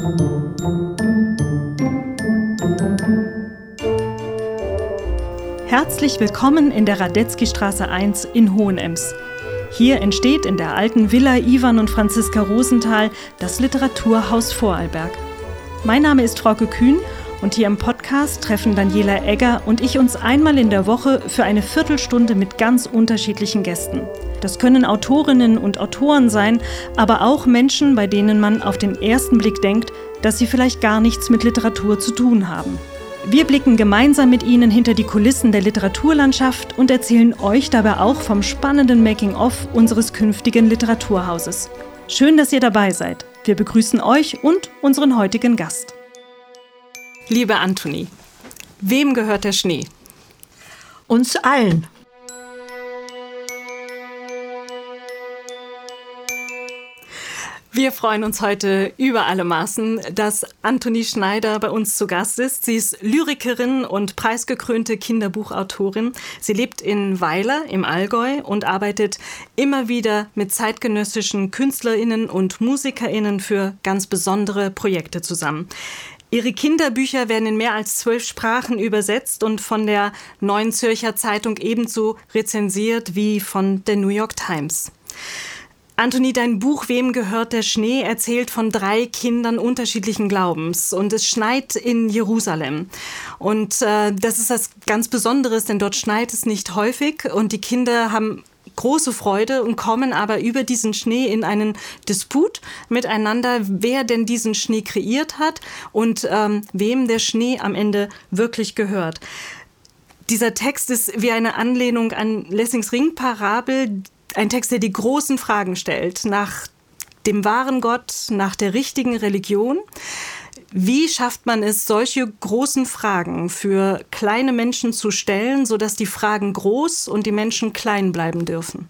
Herzlich willkommen in der Radetzkystraße 1 in Hohenems. Hier entsteht in der alten Villa Ivan und Franziska Rosenthal das Literaturhaus Vorarlberg. Mein Name ist Frauke Kühn und hier im Podcast treffen Daniela Egger und ich uns einmal in der Woche für eine Viertelstunde mit ganz unterschiedlichen Gästen. Das können Autorinnen und Autoren sein, aber auch Menschen, bei denen man auf den ersten Blick denkt, dass sie vielleicht gar nichts mit Literatur zu tun haben. Wir blicken gemeinsam mit Ihnen hinter die Kulissen der Literaturlandschaft und erzählen euch dabei auch vom spannenden Making-of unseres künftigen Literaturhauses. Schön, dass ihr dabei seid. Wir begrüßen euch und unseren heutigen Gast. Liebe Antonie, wem gehört der Schnee? Uns allen. Wir freuen uns heute über alle Maßen, dass Antonie Schneider bei uns zu Gast ist. Sie ist Lyrikerin und preisgekrönte Kinderbuchautorin. Sie lebt in Weiler im Allgäu und arbeitet immer wieder mit zeitgenössischen KünstlerInnen und MusikerInnen für ganz besondere Projekte zusammen. Ihre Kinderbücher werden in mehr als 12 Sprachen übersetzt und von der Neuen Zürcher Zeitung ebenso rezensiert wie von der New York Times. Antonie, dein Buch »Wem gehört der Schnee« erzählt von 3 Kindern unterschiedlichen Glaubens und es schneit in Jerusalem. Und das ist was ganz Besonderes, denn dort schneit es nicht häufig und die Kinder haben große Freude und kommen aber über diesen Schnee in einen Disput miteinander, wer denn diesen Schnee kreiert hat und wem der Schnee am Ende wirklich gehört. Dieser Text ist wie eine Anlehnung an Lessings Ringparabel, ein Text, der die großen Fragen stellt, nach dem wahren Gott, nach der richtigen Religion. Wie schafft man es, solche großen Fragen für kleine Menschen zu stellen, sodass die Fragen groß und die Menschen klein bleiben dürfen?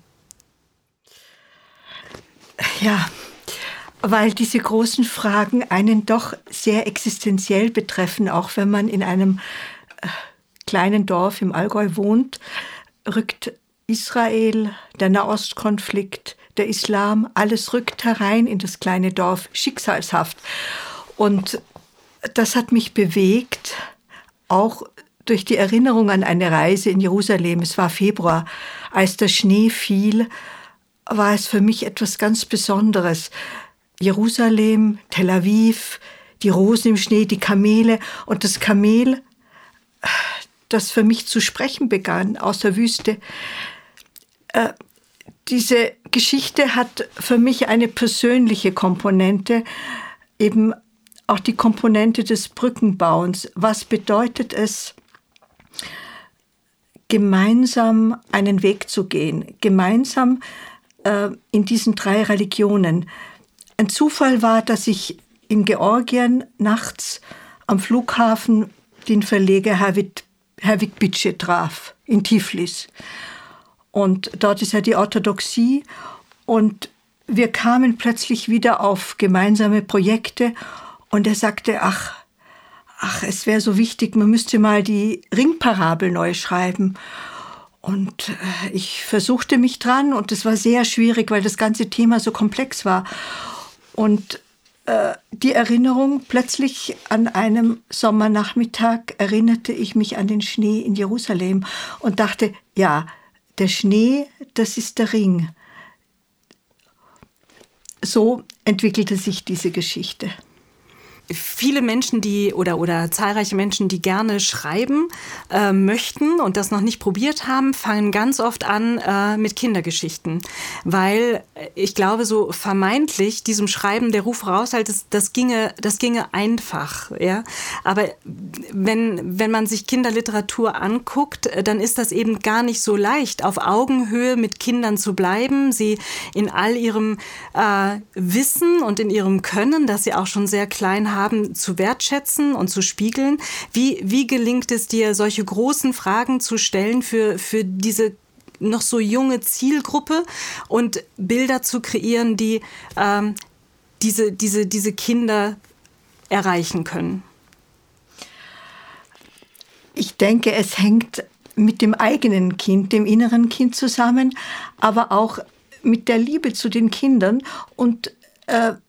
Ja, weil diese großen Fragen einen doch sehr existenziell betreffen, auch wenn man in einem kleinen Dorf im Allgäu wohnt, rückt Israel, der Nahostkonflikt, der Islam, alles rückt herein in das kleine Dorf, schicksalshaft. Und das hat mich bewegt, auch durch die Erinnerung an eine Reise in Jerusalem. Es war Februar, als der Schnee fiel, war es für mich etwas ganz Besonderes. Jerusalem, Tel Aviv, die Rosen im Schnee, die Kamele und das Kamel, das für mich zu sprechen begann aus der Wüste. Diese Geschichte hat für mich eine persönliche Komponente, eben auch die Komponente des Brückenbauens. Was bedeutet es, gemeinsam einen Weg zu gehen, gemeinsam in diesen 3 Religionen? Ein Zufall war, dass ich in Georgien nachts am Flughafen den Verleger Herwig Bice traf, in Tiflis. Und dort ist ja die Orthodoxie und wir kamen plötzlich wieder auf gemeinsame Projekte und er sagte, ach, es wäre so wichtig, man müsste mal die Ringparabel neu schreiben. Und ich versuchte mich dran und es war sehr schwierig, weil das ganze Thema so komplex war. Und die Erinnerung, plötzlich an einem Sommernachmittag erinnerte ich mich an den Schnee in Jerusalem und dachte, ja, der Schnee, das ist der Ring. So entwickelte sich diese Geschichte. Viele Menschen, oder zahlreiche Menschen, die gerne schreiben möchten und das noch nicht probiert haben, fangen ganz oft an mit Kindergeschichten. Weil ich glaube, so vermeintlich diesem Schreiben der Ruf raus, halt, das ginge einfach. Ja? Aber wenn man sich Kinderliteratur anguckt, dann ist das eben gar nicht so leicht, auf Augenhöhe mit Kindern zu bleiben, sie in all ihrem Wissen und in ihrem Können, das sie auch schon sehr klein haben, zu wertschätzen und zu spiegeln. Wie gelingt es dir, solche großen Fragen zu stellen für diese noch so junge Zielgruppe und Bilder zu kreieren, die diese Kinder erreichen können? Ich denke, es hängt mit dem eigenen Kind, dem inneren Kind zusammen, aber auch mit der Liebe zu den Kindern und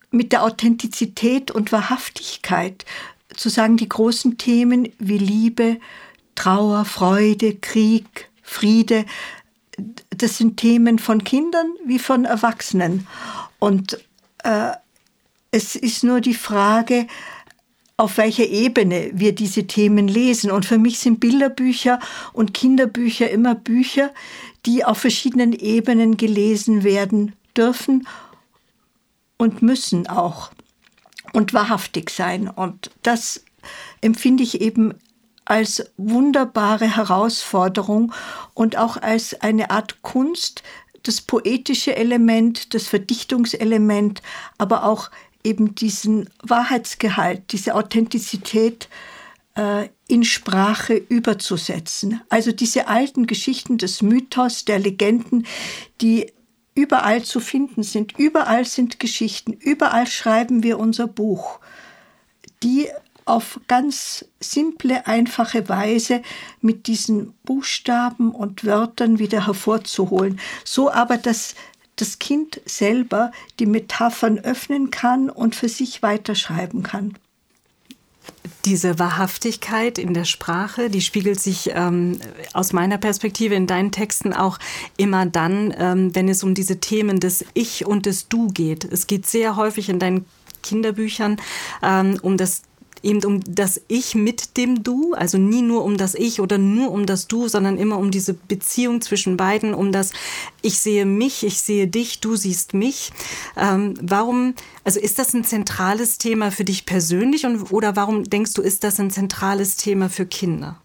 mit der Authentizität und Wahrhaftigkeit zu sagen, die großen Themen wie Liebe, Trauer, Freude, Krieg, Friede, das sind Themen von Kindern wie von Erwachsenen. Und es ist nur die Frage, auf welcher Ebene wir diese Themen lesen. Und für mich sind Bilderbücher und Kinderbücher immer Bücher, die auf verschiedenen Ebenen gelesen werden dürfen und müssen auch und wahrhaftig sein. Und das empfinde ich eben als wunderbare Herausforderung und auch als eine Art Kunst, das poetische Element, das Verdichtungselement, aber auch eben diesen Wahrheitsgehalt, diese Authentizität in Sprache überzusetzen. Also diese alten Geschichten des Mythos, der Legenden, die überall zu finden sind. Überall sind Geschichten, überall schreiben wir unser Buch, die auf ganz simple, einfache Weise mit diesen Buchstaben und Wörtern wieder hervorzuholen. So aber, dass das Kind selber die Metaphern öffnen kann und für sich weiterschreiben kann. Diese Wahrhaftigkeit in der Sprache, die spiegelt sich aus meiner Perspektive in deinen Texten auch immer dann, wenn es um diese Themen des Ich und des Du geht. Es geht sehr häufig in deinen Kinderbüchern um das Ich mit dem Du, also nie nur um das Ich oder nur um das Du, sondern immer um diese Beziehung zwischen beiden, um das Ich sehe mich, ich sehe dich, du siehst mich. Also ist das ein zentrales Thema für dich persönlich oder warum denkst du, ist das ein zentrales Thema für Kinder?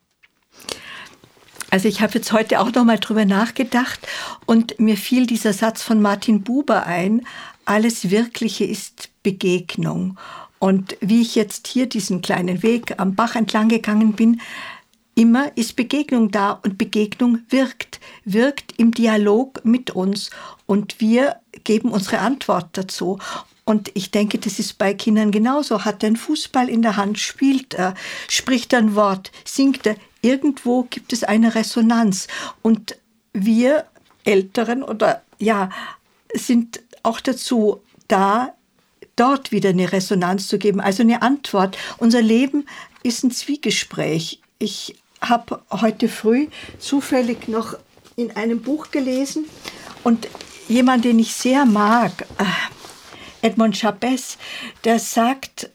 Also ich habe jetzt heute auch noch mal drüber nachgedacht und mir fiel dieser Satz von Martin Buber ein: Alles Wirkliche ist Begegnung. Und wie ich jetzt hier diesen kleinen Weg am Bach entlang gegangen bin, immer ist Begegnung da und Begegnung wirkt im Dialog mit uns und wir geben unsere Antwort dazu. Und ich denke, das ist bei Kindern genauso. Hat er einen Fußball in der Hand, spielt er, spricht er ein Wort, singt er. Irgendwo gibt es eine Resonanz. Und wir Älteren sind auch dazu da, dort wieder eine Resonanz zu geben, also eine Antwort. Unser Leben ist ein Zwiegespräch. Ich habe heute früh zufällig noch in einem Buch gelesen und jemand, den ich sehr mag, Edmond Chabès, der sagt,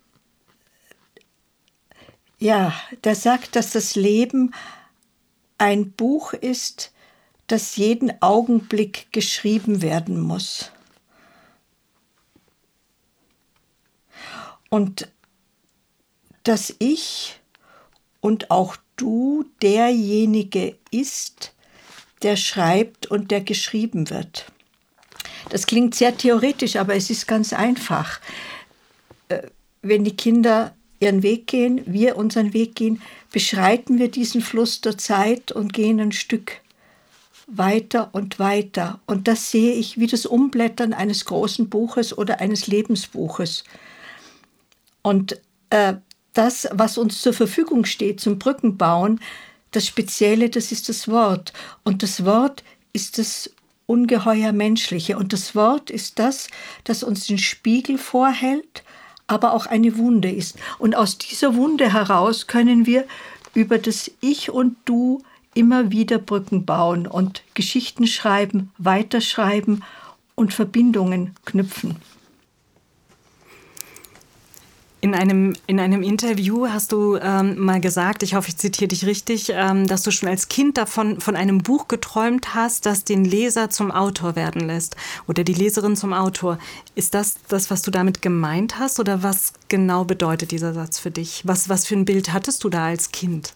dass das Leben ein Buch ist, das jeden Augenblick geschrieben werden muss. Und dass ich und auch du derjenige ist, der schreibt und der geschrieben wird. Das klingt sehr theoretisch, aber es ist ganz einfach. Wenn die Kinder ihren Weg gehen, wir unseren Weg gehen, beschreiten wir diesen Fluss der Zeit und gehen ein Stück weiter und weiter. Und das sehe ich wie das Umblättern eines großen Buches oder eines Lebensbuches. Und das, was uns zur Verfügung steht zum Brückenbauen, das Spezielle, das ist das Wort. Und das Wort ist das ungeheuer Menschliche. Und das Wort ist das, das uns den Spiegel vorhält, aber auch eine Wunde ist. Und aus dieser Wunde heraus können wir über das Ich und Du immer wieder Brücken bauen und Geschichten schreiben, weiterschreiben und Verbindungen knüpfen. In einem Interview hast du mal gesagt, ich hoffe, ich zitiere dich richtig, dass du schon als Kind von einem Buch geträumt hast, das den Leser zum Autor werden lässt oder die Leserin zum Autor. Ist das, was du damit gemeint hast oder was genau bedeutet dieser Satz für dich? Was für ein Bild hattest du da als Kind?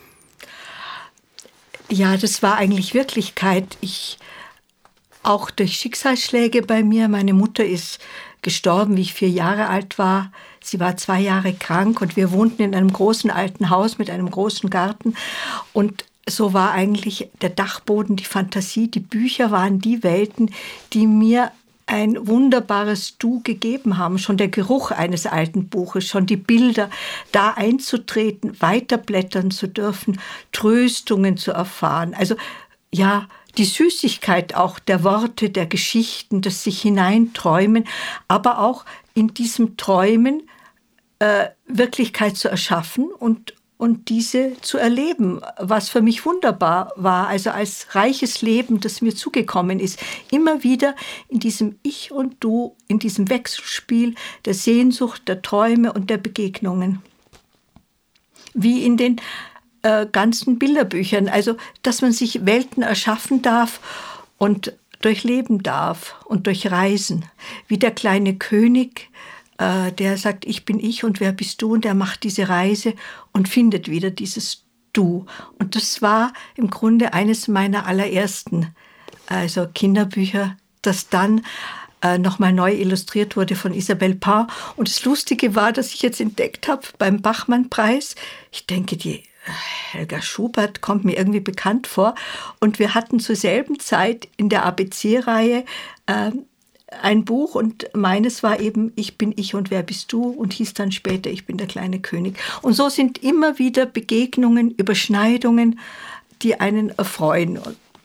Ja, das war eigentlich Wirklichkeit. Auch durch Schicksalsschläge bei mir. Meine Mutter ist gestorben, wie ich 4 Jahre alt war. Sie war 2 Jahre krank und wir wohnten in einem großen alten Haus mit einem großen Garten. Und so war eigentlich der Dachboden, die Fantasie, die Bücher waren die Welten, die mir ein wunderbares Du gegeben haben. Schon der Geruch eines alten Buches, schon die Bilder, da einzutreten, weiterblättern zu dürfen, Tröstungen zu erfahren. Also ja, die Süßigkeit auch der Worte, der Geschichten, das sich hineinträumen, aber auch in diesem Träumen Wirklichkeit zu erschaffen und diese zu erleben, was für mich wunderbar war, also als reiches Leben, das mir zugekommen ist, immer wieder in diesem Ich und Du, in diesem Wechselspiel der Sehnsucht, der Träume und der Begegnungen. Wie in den ganzen Bilderbüchern, also dass man sich Welten erschaffen darf und durchleben darf und durchreisen, wie der kleine König, der sagt, ich bin ich und wer bist du? Und der macht diese Reise und findet wieder dieses Du. Und das war im Grunde eines meiner allerersten Kinderbücher, das dann nochmal neu illustriert wurde von Isabelle Pin. Und das Lustige war, dass ich jetzt entdeckt habe beim Bachmann-Preis, ich denke, die Helga Schubert kommt mir irgendwie bekannt vor. Und wir hatten zur selben Zeit in der ABC-Reihe ein Buch und meines war eben Ich bin ich und wer bist du und hieß dann später Ich bin der kleine König. Und so sind immer wieder Begegnungen, Überschneidungen, die einen erfreuen.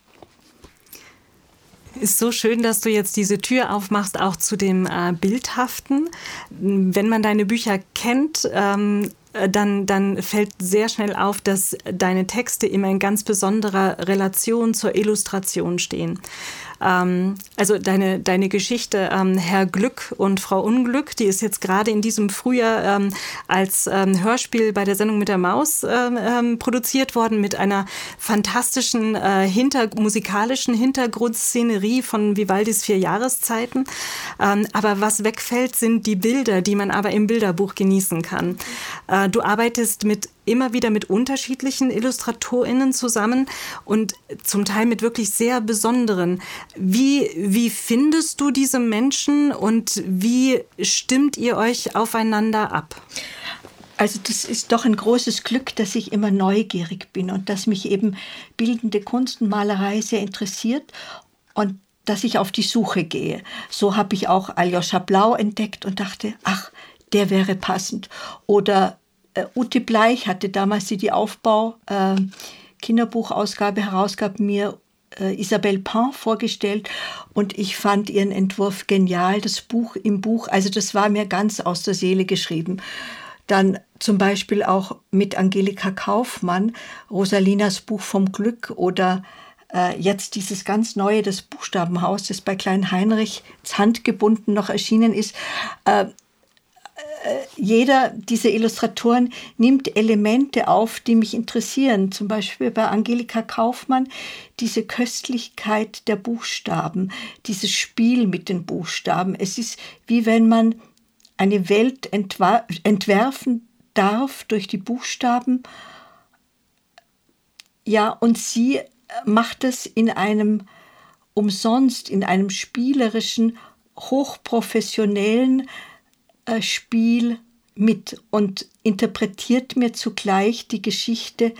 Ist so schön, dass du jetzt diese Tür aufmachst, auch zu dem Bildhaften. Wenn man deine Bücher kennt, dann fällt sehr schnell auf, dass deine Texte immer in ganz besonderer Relation zur Illustration stehen. Also deine Geschichte Herr Glück und Frau Unglück, die ist jetzt gerade in diesem Frühjahr als Hörspiel bei der Sendung mit der Maus produziert worden mit einer fantastischen musikalischen Hintergrundszenerie von Vivaldis 4 Jahreszeiten. Aber was wegfällt, sind die Bilder, die man aber im Bilderbuch genießen kann. Du arbeitest immer wieder mit unterschiedlichen IllustratorInnen zusammen und zum Teil mit wirklich sehr besonderen. Wie findest du diese Menschen und wie stimmt ihr euch aufeinander ab? Also das ist doch ein großes Glück, dass ich immer neugierig bin und dass mich eben bildende Kunst und Malerei sehr interessiert und dass ich auf die Suche gehe. So habe ich auch Aljoscha Blau entdeckt und dachte, ach, der wäre passend. Oder Ute Bleich hatte damals die Aufbau-Kinderbuchausgabe herausgab, mir Isabelle Pin vorgestellt und ich fand ihren Entwurf genial, das Buch im Buch, also das war mir ganz aus der Seele geschrieben. Dann zum Beispiel auch mit Angelika Kaufmann, Rosalinas Buch vom Glück oder jetzt dieses ganz neue, das Buchstabenhaus, das bei Klein Heinrich handgebunden noch erschienen ist. Jeder dieser Illustratoren nimmt Elemente auf, die mich interessieren. Zum Beispiel bei Angelika Kaufmann diese Köstlichkeit der Buchstaben, dieses Spiel mit den Buchstaben. Es ist wie wenn man eine Welt entwerfen darf durch die Buchstaben. Ja, und sie macht es in einem spielerischen, hochprofessionellen Spiel mit und interpretiert mir zugleich die Geschichte.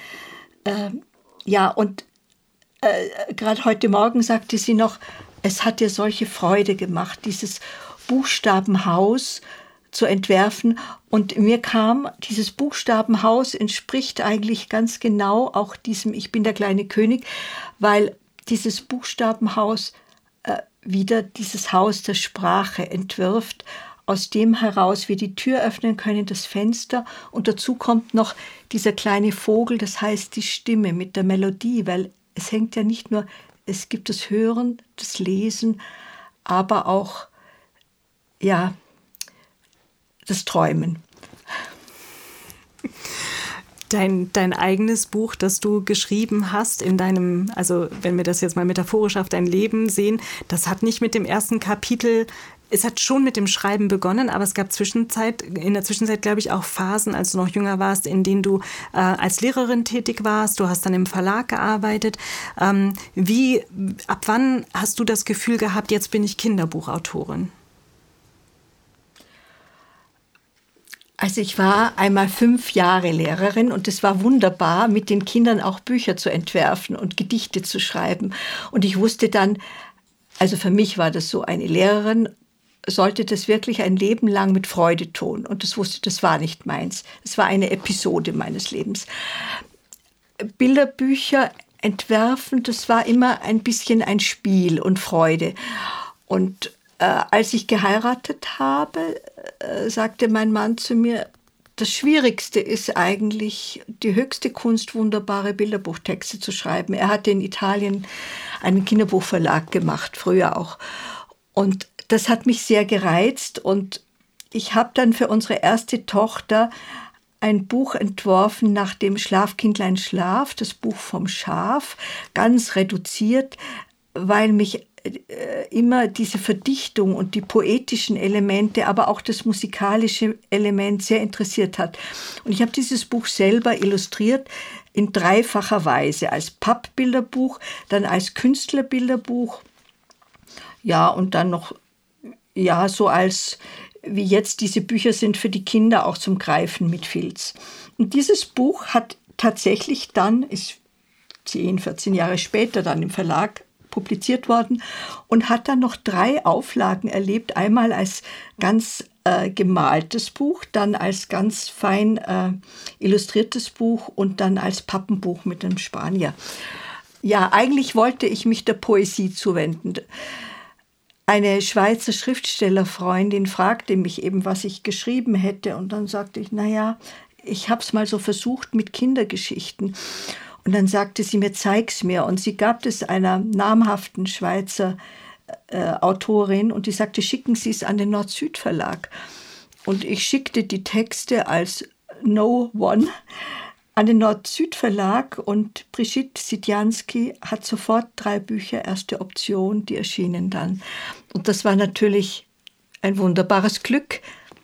Gerade heute Morgen sagte sie noch, es hat ihr solche Freude gemacht, dieses Buchstabenhaus zu entwerfen. Und mir kam, dieses Buchstabenhaus entspricht eigentlich ganz genau auch diesem Ich bin der kleine König, weil dieses Buchstabenhaus wieder dieses Haus der Sprache entwirft, aus dem heraus wir die Tür öffnen können, das Fenster. Und dazu kommt noch dieser kleine Vogel, das heißt die Stimme mit der Melodie, weil es hängt ja nicht nur, es gibt das Hören, das Lesen, aber auch, ja, das Träumen. Dein eigenes Buch, das du geschrieben hast in deinem, also wenn wir das jetzt mal metaphorisch auf dein Leben sehen, das hat nicht mit dem ersten Kapitel, es hat schon mit dem Schreiben begonnen, aber es gab in der Zwischenzeit, glaube ich, auch Phasen, als du noch jünger warst, in denen du als Lehrerin tätig warst. Du hast dann im Verlag gearbeitet. Ab wann hast du das Gefühl gehabt, jetzt bin ich Kinderbuchautorin? Also ich war einmal 5 Jahre Lehrerin und es war wunderbar, mit den Kindern auch Bücher zu entwerfen und Gedichte zu schreiben. Und ich wusste dann, also für mich war das so, eine Lehrerin sollte das wirklich ein Leben lang mit Freude tun. Und das wusste, das war nicht meins. Es war eine Episode meines Lebens. Bilderbücher Entwerfen, das war immer ein bisschen ein Spiel und Freude. Und als ich geheiratet habe, sagte mein Mann zu mir, das Schwierigste ist eigentlich, die höchste Kunst, wunderbare Bilderbuchtexte zu schreiben. Er hatte in Italien einen Kinderbuchverlag gemacht, früher auch. Und das hat mich sehr gereizt. Und ich habe dann für unsere erste Tochter ein Buch entworfen nach dem Schlafkindlein Schlaf, das Buch vom Schaf, ganz reduziert, weil mich immer diese Verdichtung und die poetischen Elemente, aber auch das musikalische Element sehr interessiert hat. Und ich habe dieses Buch selber illustriert in dreifacher Weise, als Pappbilderbuch, dann als Künstlerbilderbuch, ja, und dann noch, ja, so als, wie jetzt diese Bücher sind für die Kinder auch zum Greifen mit Filz. Und dieses Buch hat tatsächlich dann, ist 10, 14 Jahre später dann im Verlag publiziert worden und hat dann noch 3 Auflagen erlebt. Einmal als ganz gemaltes Buch, dann als ganz fein illustriertes Buch und dann als Pappenbuch mit einem Spanier. Ja, eigentlich wollte ich mich der Poesie zuwenden. Eine Schweizer Schriftstellerfreundin fragte mich eben, was ich geschrieben hätte. Und dann sagte ich, naja, ich habe es mal so versucht mit Kindergeschichten. Und dann sagte sie mir, zeig's mir. Und sie gab es einer namhaften Schweizer Autorin und die sagte, schicken Sie es an den Nord-Süd-Verlag. Und ich schickte die Texte als No One an den Nord-Süd-Verlag und Brigitte Sidjanski hat sofort 3 Bücher, erste Option, die erschienen dann. Und das war natürlich ein wunderbares Glück,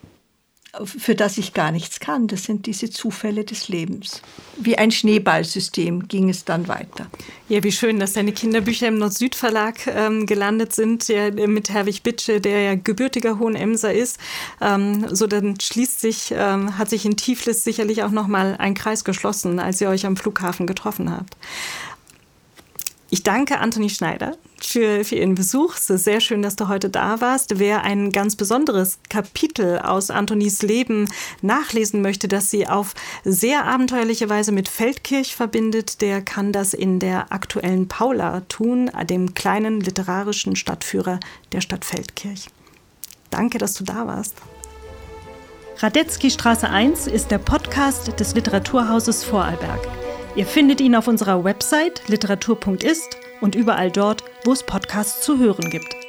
für das ich gar nichts kann. Das sind diese Zufälle des Lebens. Wie ein Schneeballsystem ging es dann weiter. Ja, wie schön, dass deine Kinderbücher im Nord-Süd-Verlag gelandet sind, ja, mit Herwig Bitsche, der ja gebürtiger Hohenemser ist. So dann hat sich in Tiflis sicherlich auch nochmal ein Kreis geschlossen, als ihr euch am Flughafen getroffen habt. Ich danke Antonie Schneider für Ihren Besuch. Es ist sehr schön, dass du heute da warst. Wer ein ganz besonderes Kapitel aus Antonies Leben nachlesen möchte, das sie auf sehr abenteuerliche Weise mit Feldkirch verbindet, der kann das in der aktuellen Paula tun, dem kleinen literarischen Stadtführer der Stadt Feldkirch. Danke, dass du da warst. Radetzkystraße 1 ist der Podcast des Literaturhauses Vorarlberg. Ihr findet ihn auf unserer Website literatur.ist und überall dort, wo es Podcasts zu hören gibt.